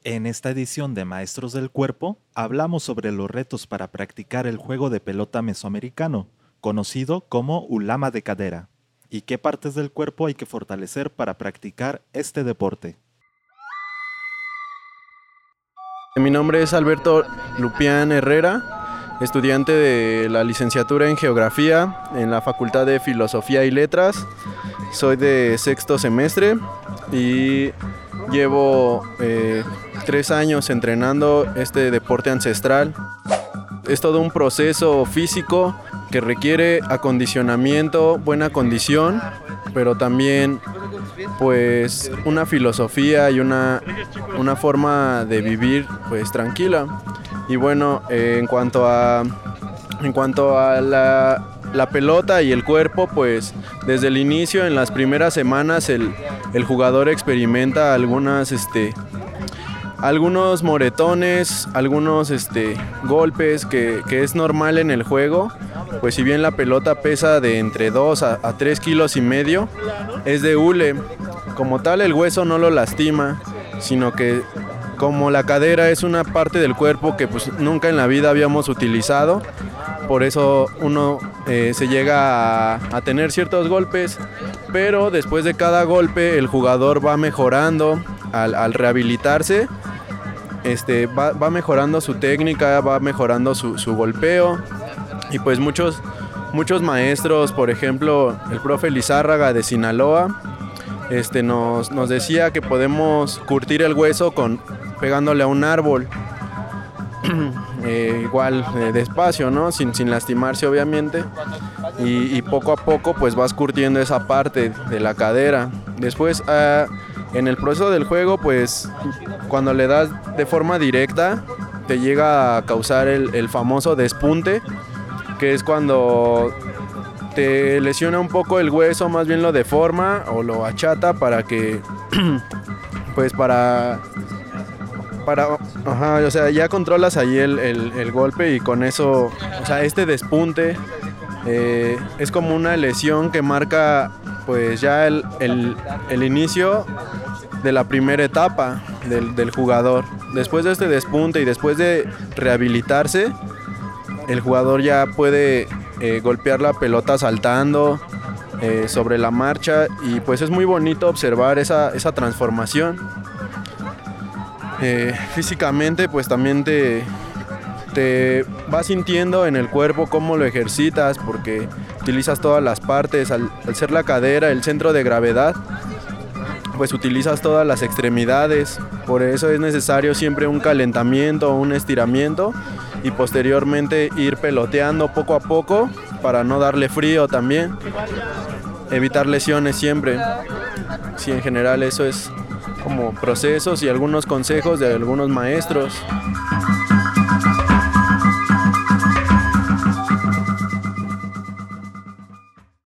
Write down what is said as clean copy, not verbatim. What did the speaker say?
En esta edición de Maestros del Cuerpo, hablamos sobre los retos para practicar el juego de pelota mesoamericano, conocido como ulama de cadera, y qué partes del cuerpo hay que fortalecer para practicar este deporte. Mi nombre es Alberto Lupián Herrera, estudiante de la licenciatura en Geografía en la Facultad de Filosofía y Letras. Soy de sexto semestre y llevo 3 años entrenando este deporte ancestral. Es todo un proceso físico que requiere acondicionamiento, buena condición, pero también pues una filosofía y una forma de vivir pues tranquila. Y bueno, en cuanto a la pelota y el cuerpo, pues desde el inicio, en las primeras semanas, el jugador experimenta algunos moretones, algunos golpes que es normal en el juego. Pues si bien la pelota pesa de entre 2 a 3 kilos y medio, es de hule. Como tal, el hueso no lo lastima, sino que como la cadera es una parte del cuerpo que pues nunca en la vida habíamos utilizado, por eso uno se llega a tener ciertos golpes, pero después de cada golpe el jugador va mejorando al rehabilitarse. Va mejorando su técnica, va mejorando su golpeo. Y pues muchos maestros, por ejemplo, el profe Lizárraga de Sinaloa, nos decía que podemos curtir el hueso pegándole a un árbol. Igual despacio, ¿no? Sin lastimarse, obviamente. Y poco a poco pues vas curtiendo esa parte de la cadera. Después, en el proceso del juego, pues cuando le das de forma directa, te llega a causar el famoso despunte, que es cuando te lesiona un poco el hueso, más bien lo deforma o lo achata para que pues o sea, ya controlas ahí el golpe, y con eso, o sea, este despunte es como una lesión que marca pues ya el inicio de la primera etapa del jugador. Después de este despunte y después de rehabilitarse, el jugador ya puede golpear la pelota saltando sobre la marcha, y pues es muy bonito observar esa transformación. Físicamente pues también te vas sintiendo en el cuerpo cómo lo ejercitas, porque utilizas todas las partes. Al ser la cadera el centro de gravedad, pues utilizas todas las extremidades. Por eso es necesario siempre un calentamiento, un estiramiento, y posteriormente ir peloteando poco a poco para no darle frío también, evitar lesiones siempre. Sí, en general eso es como procesos y algunos consejos de algunos maestros.